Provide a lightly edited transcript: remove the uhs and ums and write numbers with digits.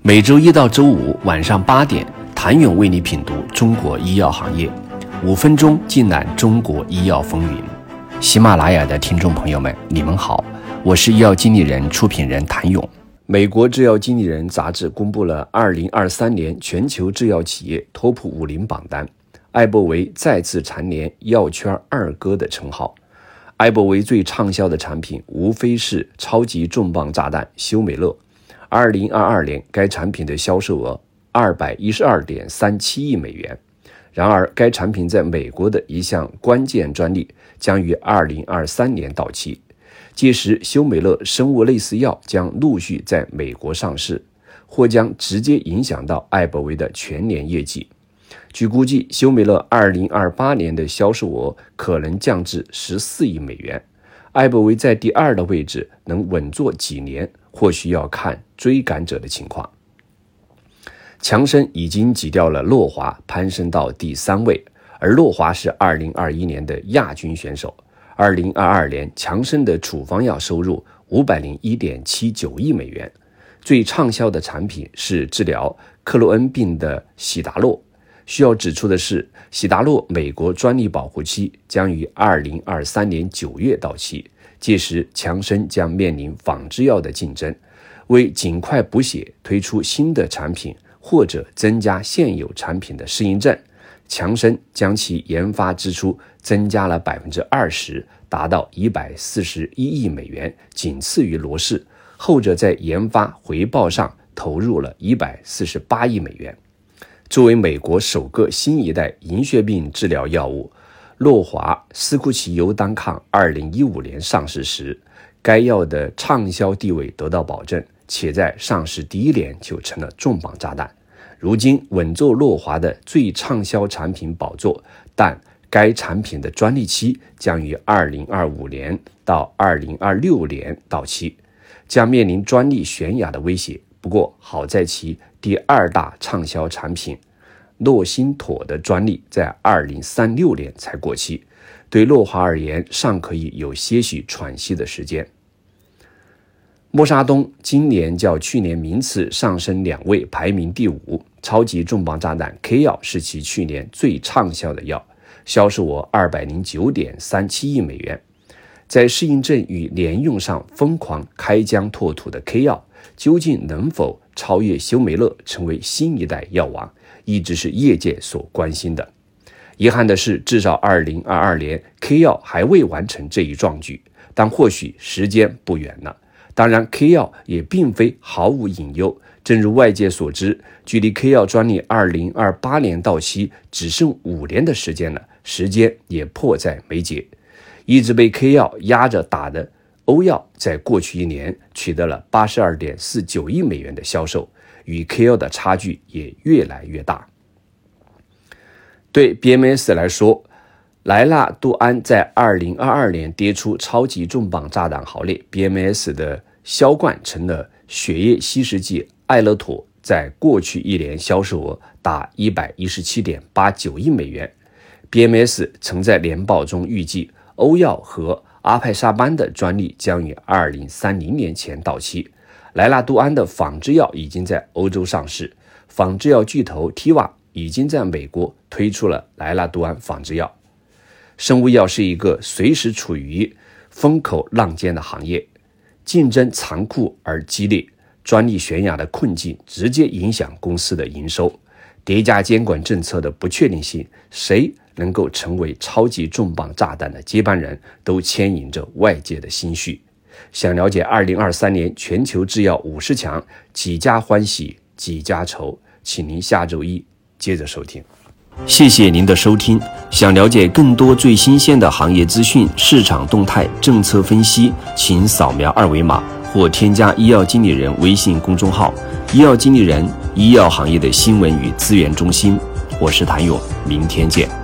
每周一到周五晚上8点，谭勇为你品读中国医药行业，5分钟尽览中国医药风云。喜马拉雅的听众朋友们，你们好，我是医药经理人出品人谭勇。美国制药经理人杂志公布了2023年全球制药企业 TOP50 榜单，艾伯维再次蝉联药圈二哥的称号。艾伯维最畅销的产品无非是超级重磅炸弹休美乐。2022年该产品的销售额 212.37 亿美元。然而该产品在美国的一项关键专利将于2023年到期，届时休美乐生物类似药将陆续在美国上市，或将直接影响到艾伯维的全年业绩。据估计，休美乐2028年的销售额可能降至14亿美元。艾伯维在第二的位置能稳坐几年，或许要看追赶者的情况。强生已经挤掉了诺华，攀升到第3位，而诺华是2021年的亚军选手。2022年强生的处方药收入 501.79 亿美元，最畅销的产品是治疗克罗恩病的喜达诺。需要指出的是，喜达诺美国专利保护期将于2023年9月到期，届时强生将面临仿制药的竞争。为尽快补血推出新的产品，或者增加现有产品的适应症，强生将其研发支出增加了 20%， 达到141亿美元，仅次于罗氏，后者在研发回报上投入了148亿美元。作为美国首个新一代银屑病治疗药物，诺华斯库奇尤单抗2015年上市时，该药的畅销地位得到保证，且在上市第一年就成了重磅炸弹。如今稳坐诺华的最畅销产品宝座，但该产品的专利期将于2025年到2026年到期，将面临专利悬崖的威胁。不过好在其第二大畅销产品诺辛妥的专利在2036年才过期，对诺华而言尚可以有些许喘息的时间。默沙东今年较去年名次上升2位，排名第5。超级重磅炸弹 K 药是其去年最畅销的药，销售额 209.37 亿美元。在适应症与联用上疯狂开疆拓土的 K 药，究竟能否超越休美乐成为新一代药王，一直是业界所关心的。遗憾的是，至少2022年 K 药还未完成这一壮举，但或许时间不远了。当然 K 药也并非毫无隐忧，正如外界所知，距离 K 药专利2028年到期只剩5年的时间了，时间也迫在眉睫。一直被 K 药压着打的欧药在过去1年取得了 82.49 亿美元的销售，与 K 药的差距也越来越大。对 BMS 来说，莱纳度胺在2022年跌出超级重磅炸弹行列， BMS 的销冠成了血液稀释剂艾勒妥，在过去1年销售额达 117.89 亿美元。 BMS 曾在年报中预计欧药和阿派沙班的专利将于2030年前到期。莱纳度胺的仿制药已经在欧洲上市，仿制药巨头 Teva 已经在美国推出了莱纳度胺仿制药。生物药是一个随时处于风口浪尖的行业，竞争残酷而激烈，专利悬崖的困境直接影响公司的营收，叠加监管政策的不确定性，谁能够成为超级重磅炸弹的接班人，都牵引着外界的心绪。想了解2023年全球制药50强，几家欢喜几家愁，请您下周一接着收听。谢谢您的收听。想了解更多最新鲜的行业资讯、市场动态、政策分析，请扫描2维码或添加医药经理人微信公众号“医药经理人”，医药行业的新闻与资源中心。我是谭勇，明天见。